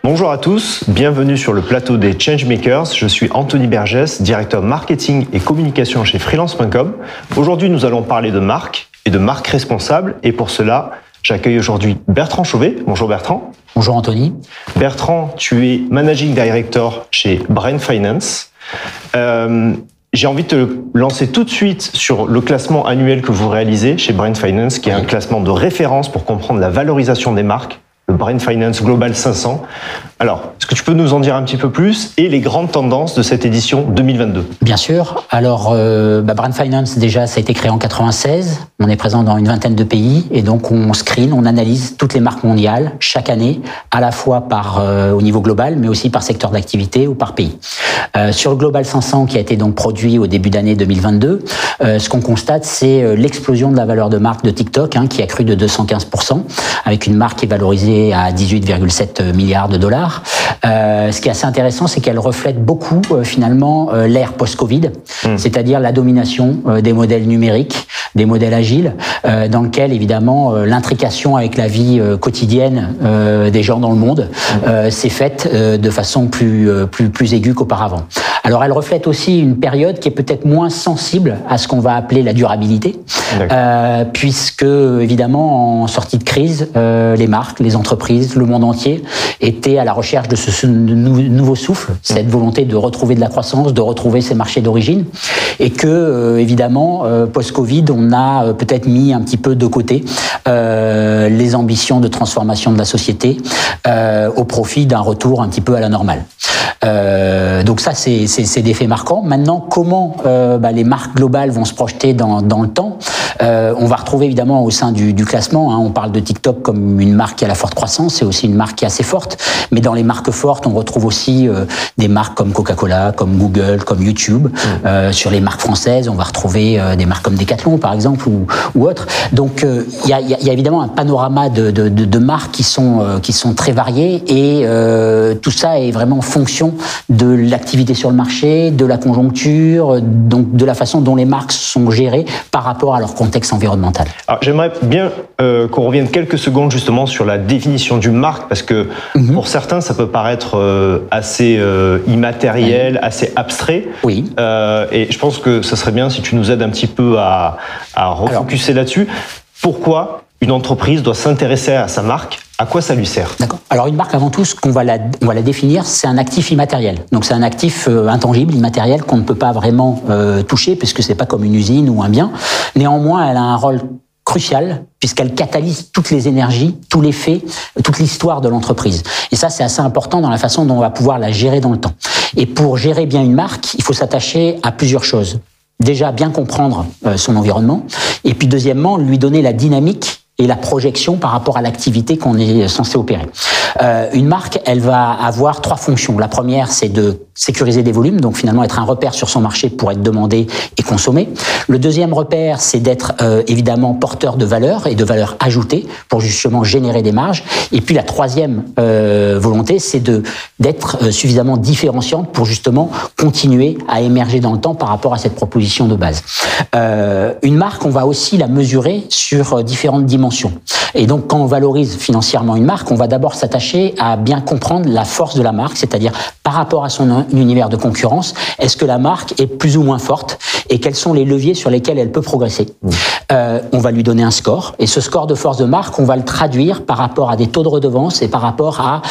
Bonjour à tous, bienvenue sur le plateau des Changemakers. Je suis Anthony Bergès, directeur marketing et communication chez freelance.com. Aujourd'hui, nous allons parler de marque et de marque responsable. Et pour cela, j'accueille aujourd'hui Bertrand Chauvet. Bonjour Bertrand. Bonjour Anthony. Bertrand, tu es Managing Director chez Brain Finance. J'ai envie de te lancer tout de suite sur le classement annuel que vous réalisez chez Brain Finance, qui est un classement de référence pour comprendre la valorisation des marques, le Brain Finance Global 500. Alors, est-ce que tu peux nous en dire un petit peu plus et les grandes tendances de cette édition 2022 ? Bien sûr. Alors, Brain Finance, déjà, ça a été créé en 96. On est présent dans une vingtaine de pays et donc on screen, on analyse toutes les marques mondiales chaque année, à la fois au niveau global, mais aussi par secteur d'activité ou par pays. Sur le Global 500, qui a été donc produit au début d'année 2022, ce qu'on constate, c'est l'explosion de la valeur de marque de TikTok, qui a cru de 215%, avec une marque qui est valorisée à 18,7 milliards de dollars. Ce qui est assez intéressant, c'est qu'elle reflète beaucoup finalement l'ère post-Covid, c'est-à-dire la domination des modèles numériques, des modèles agiles, dans lequel évidemment l'intrication avec la vie quotidienne des gens dans le monde s'est faite de façon plus aiguë qu'auparavant. Alors elle reflète aussi une période qui est peut-être moins sensible à ce qu'on va appeler la durabilité, puisque évidemment en sortie de crise, les marques, les entreprises, le monde entier étaient à la recherche de ce nouveau souffle, cette volonté de retrouver de la croissance, de retrouver ses marchés d'origine, et que évidemment post-Covid, on a peut-être mis un petit peu de côté les ambitions de transformation de la société au profit d'un retour un petit peu à la normale. Donc ça, c'est des faits marquants. Maintenant, comment les marques globales vont se projeter dans le temps ? On va retrouver évidemment au sein du classement, on parle de TikTok comme une marque qui a la forte croissance, c'est aussi une marque qui est assez forte, mais dans les marques fortes, on retrouve aussi des marques comme Coca-Cola, comme Google, comme YouTube. Sur les marques françaises, on va retrouver des marques comme Decathlon, par exemple, ou autres. Donc, il y a évidemment un panorama de marques qui sont très variées, et tout ça est vraiment en fonction de l'activité sur le marché, de la conjoncture, donc de la façon dont les marques sont gérées par rapport à leur contexte environnemental. Alors, j'aimerais bien qu'on revienne quelques secondes justement sur la définition d'une marque, parce que pour certains, ça peut paraître assez immatériel, assez abstrait. Oui. Et je pense que ça serait bien si tu nous aides un petit peu à refocuser là-dessus. Pourquoi une entreprise doit s'intéresser à sa marque ? À quoi ça lui sert ? D'accord. Alors une marque, avant tout, on va la définir, c'est un actif immatériel. Donc c'est un actif intangible, immatériel, qu'on ne peut pas vraiment toucher, puisque c'est pas comme une usine ou un bien. Néanmoins, elle a un rôle crucial, puisqu'elle catalyse toutes les énergies, tous les faits, toute l'histoire de l'entreprise. Et ça, c'est assez important dans la façon dont on va pouvoir la gérer dans le temps. Et pour gérer bien une marque, il faut s'attacher à plusieurs choses. Déjà, bien comprendre son environnement, et puis deuxièmement, lui donner la dynamique et la projection par rapport à l'activité qu'on est censé opérer. Une marque, elle va avoir trois fonctions. La première, c'est de sécuriser des volumes, donc finalement être un repère sur son marché pour être demandé et consommé. Le deuxième repère, c'est d'être évidemment porteur de valeur et de valeur ajoutée pour justement générer des marges. Et puis la troisième volonté, c'est d'être suffisamment différenciante pour justement continuer à émerger dans le temps par rapport à cette proposition de base. Une marque, on va aussi la mesurer sur différentes dimensions. Et donc, quand on valorise financièrement une marque, on va d'abord s'attacher à bien comprendre la force de la marque, c'est-à-dire par rapport à son univers de concurrence, est-ce que la marque est plus ou moins forte et quels sont les leviers sur lesquels elle peut progresser. On va lui donner un score, et ce score de force de marque, on va le traduire par rapport à des taux de redevance et par rapport à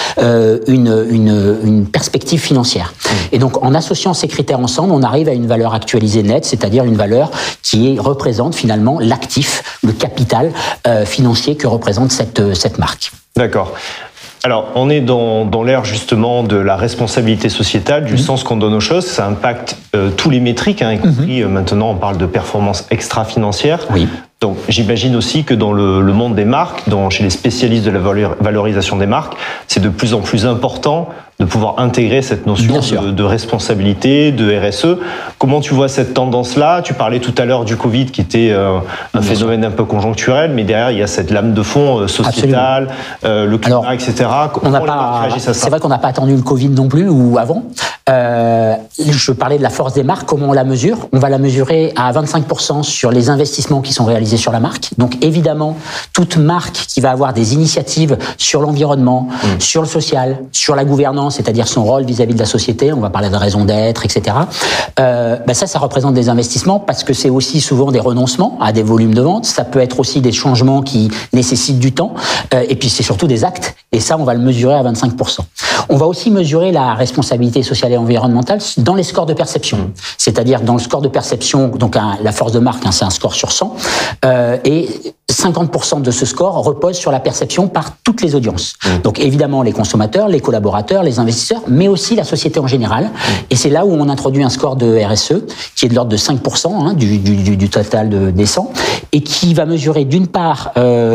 une perspective financière. Et donc, en associant ces critères ensemble, on arrive à une valeur actualisée nette, c'est-à-dire une valeur qui représente finalement l'actif, le capital financier que représente cette marque. D'accord. Alors, on est dans l'ère justement de la responsabilité sociétale, du sens qu'on donne aux choses. Ça impacte tous les métriques, y compris maintenant on parle de performance extra-financière. Oui. Donc, j'imagine aussi que dans le monde des marques, chez les spécialistes de la valorisation des marques, c'est de plus en plus important de pouvoir intégrer cette notion de responsabilité, de RSE. Comment tu vois cette tendance-là ? Tu parlais tout à l'heure du Covid qui était un phénomène un peu conjoncturel, mais derrière, il y a cette lame de fond sociétale, le climat, etc. C'est vrai qu'on n'a pas attendu le Covid non plus, ou avant. Il je parlais de la force des marques. Comment on la mesure? On va la mesurer à 25% sur les investissements qui sont réalisés sur la marque. Donc évidemment, toute marque qui va avoir des initiatives sur l'environnement, sur le social, sur la gouvernance, c'est-à-dire son rôle vis-à-vis de la société, on va parler de raison d'être, etc. Ça représente des investissements parce que c'est aussi souvent des renoncements à des volumes de vente. Ça peut être aussi des changements qui nécessitent du temps. Et puis c'est surtout des actes. Et ça, on va le mesurer à 25%. On va aussi mesurer la responsabilité sociale et environnementale dans les scores de perception. C'est-à-dire dans le score de perception, donc la force de marque, c'est un score sur 100, et 50% de ce score repose sur la perception par toutes les audiences. Donc évidemment les consommateurs, les collaborateurs, les investisseurs, mais aussi la société en général. Et c'est là où on introduit un score de RSE qui est de l'ordre de 5% du total des 100 et qui va mesurer d'une part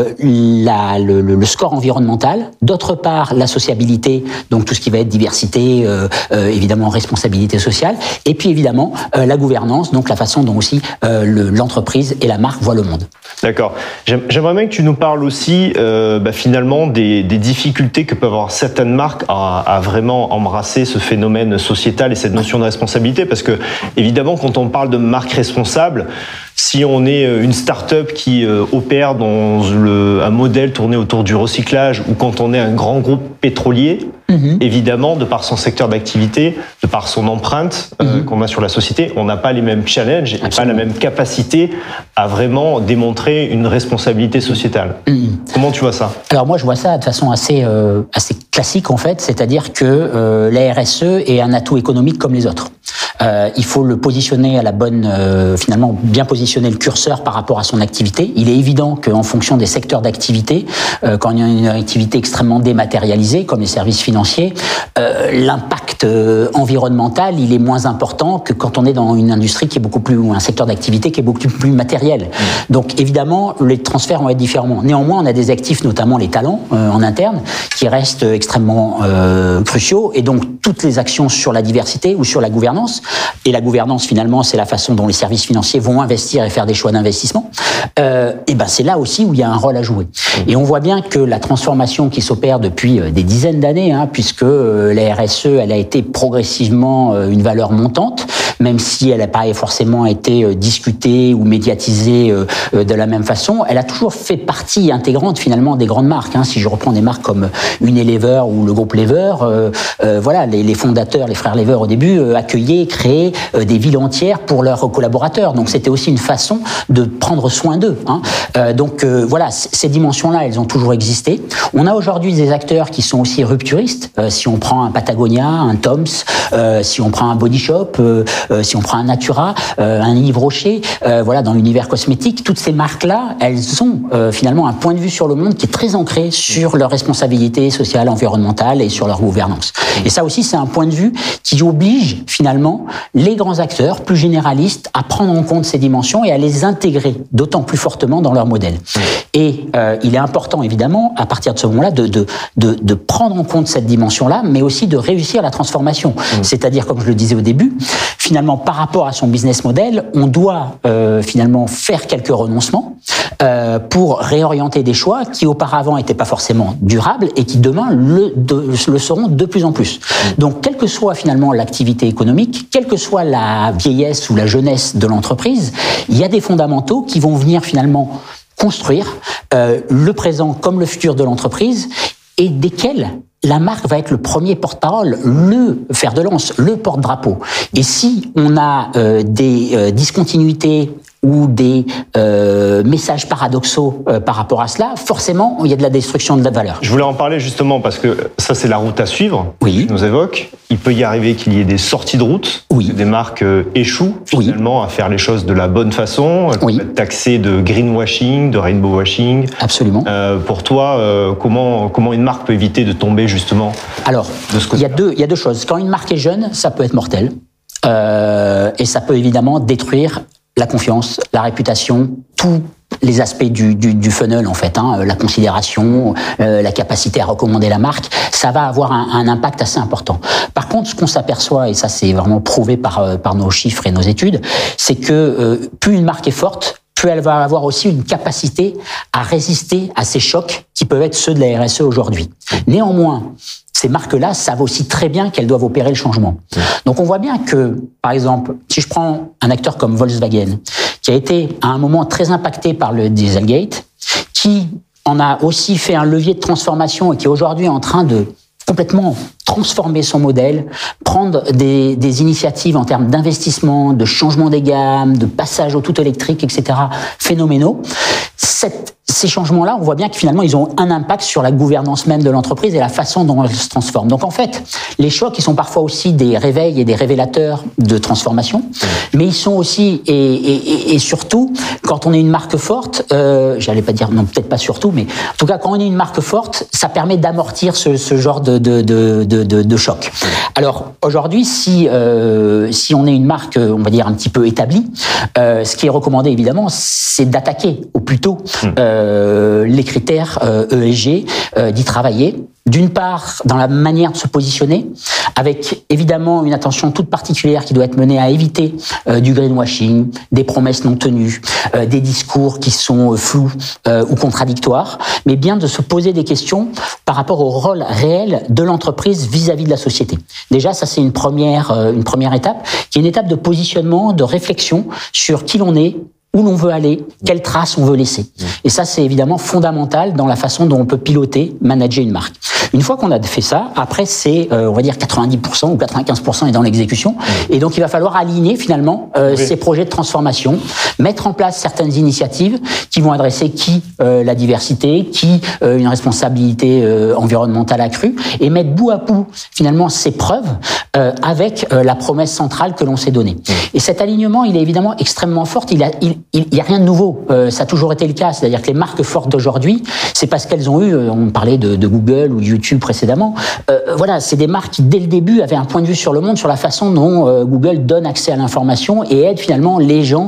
le score environnemental, d'autre part la sociabilité, donc tout ce qui va être diversité, évidemment responsabilité sociale, et puis évidemment la gouvernance, donc la façon dont aussi l'entreprise et la marque voient le monde. D'accord. J'aimerais bien que tu nous parles aussi finalement des difficultés que peuvent avoir certaines marques à vraiment embrasser ce phénomène sociétal et cette notion de responsabilité, parce que évidemment quand on parle de marque responsable, si on est une start-up qui opère dans un modèle tourné autour du recyclage, ou quand on est un grand groupe pétrolier, évidemment, de par son secteur d'activité, de par son empreinte qu'on a sur la société, on n'a pas les mêmes challenges et pas la même capacité à vraiment démontrer une responsabilité sociétale. Comment tu vois ça? Alors moi, je vois ça de façon assez classique en fait, c'est-à-dire que la RSE est un atout économique comme les autres. Il faut le positionner à la bonne, finalement, bien positionner le curseur par rapport à son activité. Il est évident qu'en fonction des secteurs d'activité, quand il y a une activité extrêmement dématérialisée, comme les services financiers, l'impact environnemental, il est moins important que quand on est dans une industrie qui est beaucoup plus, ou un secteur d'activité qui est beaucoup plus matériel. Donc évidemment, les transferts vont être différents. Néanmoins, on a des actifs, notamment les talents en interne, qui restent extrêmement cruciaux. Et donc toutes les actions sur la diversité ou sur la gouvernance, et la gouvernance finalement c'est la façon dont les services financiers vont investir et faire des choix d'investissement, c'est là aussi où il y a un rôle à jouer. Et on voit bien que la transformation qui s'opère depuis des dizaines d'années, puisque la RSE elle a été progressivement une valeur montante, même si elle n'a pas forcément été discutée ou médiatisée de la même façon, elle a toujours fait partie intégrante finalement des grandes marques. Si je reprends des marques comme Unilever ou le groupe Lever, les fondateurs, les frères Lever au début, accueillaient, créaient des villes entières pour leurs collaborateurs. Donc c'était aussi une façon de prendre soin d'eux. Ces dimensions-là, elles ont toujours existé. On a aujourd'hui des acteurs qui sont aussi rupturistes. Si on prend un Patagonia, un Toms, si on prend un Body Shop, si on prend un Natura, un Yves Rocher, dans l'univers cosmétique, toutes ces marques-là, elles ont finalement un point de vue sur le monde qui est très ancré sur leur responsabilité sociale, environnementale et sur leur gouvernance. Et ça aussi, c'est un point de vue qui oblige finalement les grands acteurs plus généralistes à prendre en compte ces dimensions et à les intégrer d'autant plus fortement dans leur modèle. Et il est important évidemment à partir de ce moment-là de prendre en compte cette dimension-là, mais aussi de réussir la transformation. C'est-à-dire, comme je le disais au début, finalement par rapport à son business model, on doit finalement faire quelques renoncements pour réorienter des choix qui auparavant n'étaient pas forcément durables et qui demain le seront de plus en plus. Donc quelle que soit finalement l'activité économique, quelle que soit la vieillesse ou la jeunesse de l'entreprise, il y a des fondamentaux qui vont venir finalement construire le présent comme le futur de l'entreprise et desquels la marque va être le premier porte-parole, le fer de lance, le porte-drapeau. Et si on a des discontinuités ou des messages paradoxaux par rapport à cela, forcément, il y a de la destruction de la valeur. Je voulais en parler justement parce que ça, c'est la route à suivre, que tu nous évoques. Il peut y arriver qu'il y ait des sorties de route, que des marques échouent finalement à faire les choses de la bonne façon, être taxées de greenwashing, de rainbow washing. Absolument. Pour toi, comment une marque peut éviter de tomber justement de ce côté-là? Il y a deux choses. Quand une marque est jeune, ça peut être mortel. Et ça peut évidemment détruire la confiance, la réputation, tous les aspects du funnel en fait, la considération, la capacité à recommander la marque, ça va avoir un impact assez important. Par contre, ce qu'on s'aperçoit, et ça c'est vraiment prouvé par nos chiffres et nos études, c'est que plus une marque est forte, plus plus elle va avoir aussi une capacité à résister à ces chocs qui peuvent être ceux de la RSE aujourd'hui. Néanmoins, ces marques-là savent aussi très bien qu'elles doivent opérer le changement. Donc on voit bien que, par exemple, si je prends un acteur comme Volkswagen, qui a été à un moment très impacté par le Dieselgate, qui en a aussi fait un levier de transformation et qui est aujourd'hui en train de complètement transformer son modèle, prendre des initiatives en termes d'investissement, de changement des gammes, de passage au tout électrique, etc., phénoménaux. Ces changements-là, on voit bien que finalement, ils ont un impact sur la gouvernance même de l'entreprise et la façon dont elle se transforme. Donc en fait, les chocs, ils sont parfois aussi des réveils et des révélateurs de transformation, mais ils sont aussi, et surtout, quand on est une marque forte, j'allais pas dire, non, peut-être pas surtout, mais en tout cas, quand on est une marque forte, ça permet d'amortir ce genre de choc. Alors aujourd'hui, si on est une marque, on va dire un petit peu établie, ce qui est recommandé évidemment, c'est d'attaquer au plus tôt les critères ESG, d'y travailler. D'une part, dans la manière de se positionner, avec évidemment une attention toute particulière qui doit être menée à éviter du greenwashing, des promesses non tenues, des discours qui sont flous ou contradictoires, mais bien de se poser des questions par rapport au rôle réel de l'entreprise vis-à-vis de la société. Déjà, ça c'est une première étape, qui est une étape de positionnement, de réflexion sur qui l'on est, où l'on veut aller, quelle trace on veut laisser. Et ça, c'est évidemment fondamental dans la façon dont on peut piloter, manager une marque. Une fois qu'on a fait ça, après, c'est, on va dire, 90% ou 95% est dans l'exécution. Et donc, il va falloir aligner, finalement, ces projets de transformation, mettre en place certaines initiatives qui vont adresser la diversité, une responsabilité environnementale accrue, et mettre bout à bout, finalement, ces preuves avec la promesse centrale que l'on s'est donnée. Et cet alignement, il est évidemment extrêmement fort. Il y a rien de nouveau. Ça a toujours été le cas. C'est-à-dire que les marques fortes d'aujourd'hui, c'est parce qu'elles ont eu, on parlait de Google ou de YouTube précédemment, voilà, c'est des marques qui, dès le début, avaient un point de vue sur le monde, sur la façon dont Google donne accès à l'information et aide finalement les gens,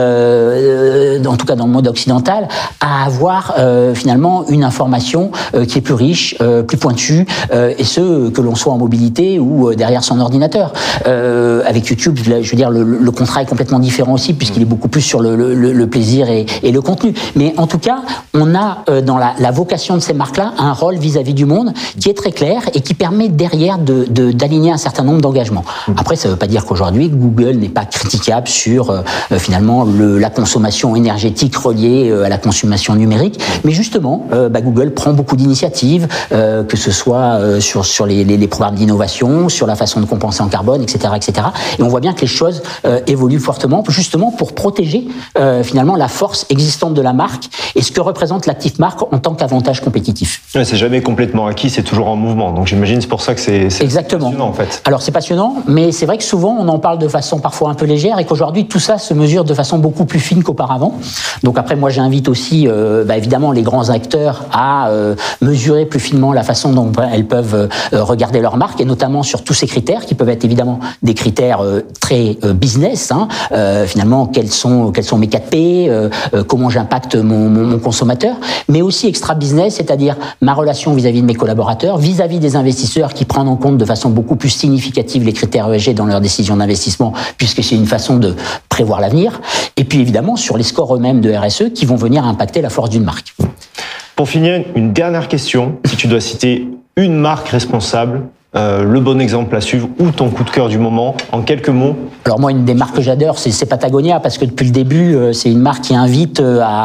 en tout cas dans le monde occidental, à avoir finalement une information qui est plus riche, plus pointue, et ce, que l'on soit en mobilité ou derrière son ordinateur. Avec YouTube, je veux dire, le contrat est complètement différent aussi, puisqu'il est beaucoup plus sur le plaisir et le contenu. Mais en tout cas, on a dans la vocation de ces marques-là un rôle vis-à-vis du monde qui est très clair et qui permet derrière d'aligner un certain nombre d'engagements. Après, ça ne veut pas dire qu'aujourd'hui, Google n'est pas critiquable sur finalement la consommation énergétique reliée à la consommation numérique, mais justement, Google prend beaucoup d'initiatives, que ce soit sur les programmes d'innovation, sur la façon de compenser en carbone, etc., etc. Et on voit bien que les choses évoluent fortement, justement pour protéger finalement la force existante de la marque et ce que représente l'actif marque en tant qu'avantage compétitif. Ouais, c'est jamais complètement acquis, c'est toujours en mouvement. Donc j'imagine c'est pour ça que c'est exactement passionnant en fait. Alors c'est passionnant, mais c'est vrai que souvent on en parle de façon parfois un peu légère et qu'aujourd'hui tout ça se mesure de façon beaucoup plus fine qu'auparavant. Donc après moi j'invite aussi évidemment les grands acteurs à mesurer plus finement la façon dont elles peuvent regarder leur marque et notamment sur tous ces critères qui peuvent être évidemment des critères très business. Finalement quels sont mes 4P, comment j'impacte mon consommateur, mais aussi extra business, c'est-à-dire ma relation vis-à-vis de mes collaborateurs, vis-à-vis des investisseurs qui prennent en compte de façon beaucoup plus significative les critères ESG dans leurs décisions d'investissement, puisque c'est une façon de prévoir l'avenir, et puis évidemment sur les scores eux-mêmes de RSE qui vont venir impacter la force d'une marque. Pour finir, une dernière question, si tu dois citer une marque responsable, le bon exemple à suivre ou ton coup de cœur du moment, en quelques mots. Alors moi, une des marques que j'adore, c'est Patagonia, parce que depuis le début, c'est une marque qui invite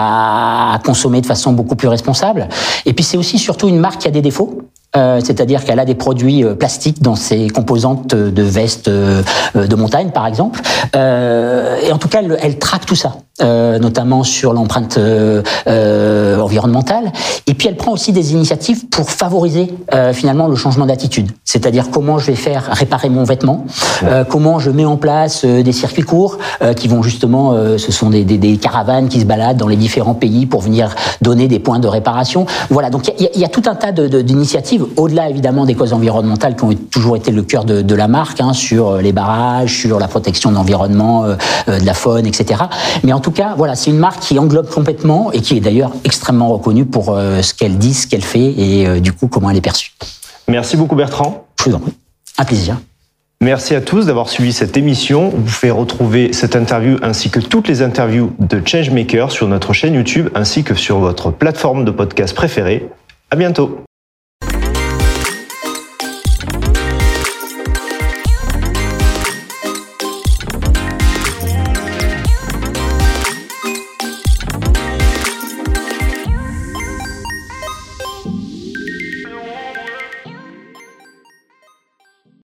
à consommer de façon beaucoup plus responsable. Et puis c'est aussi surtout une marque qui a des défauts. C'est-à-dire qu'elle a des produits plastiques dans ses composantes de vestes de montagne, par exemple. Et en tout cas, elle traque tout ça, notamment sur l'empreinte environnementale. Et puis, elle prend aussi des initiatives pour favoriser finalement le changement d'attitude. C'est-à-dire comment je vais faire réparer mon vêtement, comment je mets en place des circuits courts qui vont justement, ce sont des caravanes qui se baladent dans les différents pays pour venir donner des points de réparation. Voilà, donc il y a tout un tas d'initiatives au-delà évidemment des causes environnementales qui ont toujours été le cœur de la marque, sur les barrages, sur la protection de l'environnement, de la faune, etc. Mais en tout cas, voilà, c'est une marque qui englobe complètement et qui est d'ailleurs extrêmement reconnue pour ce qu'elle dit, ce qu'elle fait et du coup comment elle est perçue. Merci beaucoup Bertrand. Je vous en prie. Un plaisir. Merci à tous d'avoir suivi cette émission. Vous pouvez retrouver cette interview ainsi que toutes les interviews de Changemaker sur notre chaîne YouTube ainsi que sur votre plateforme de podcast préférée. À bientôt.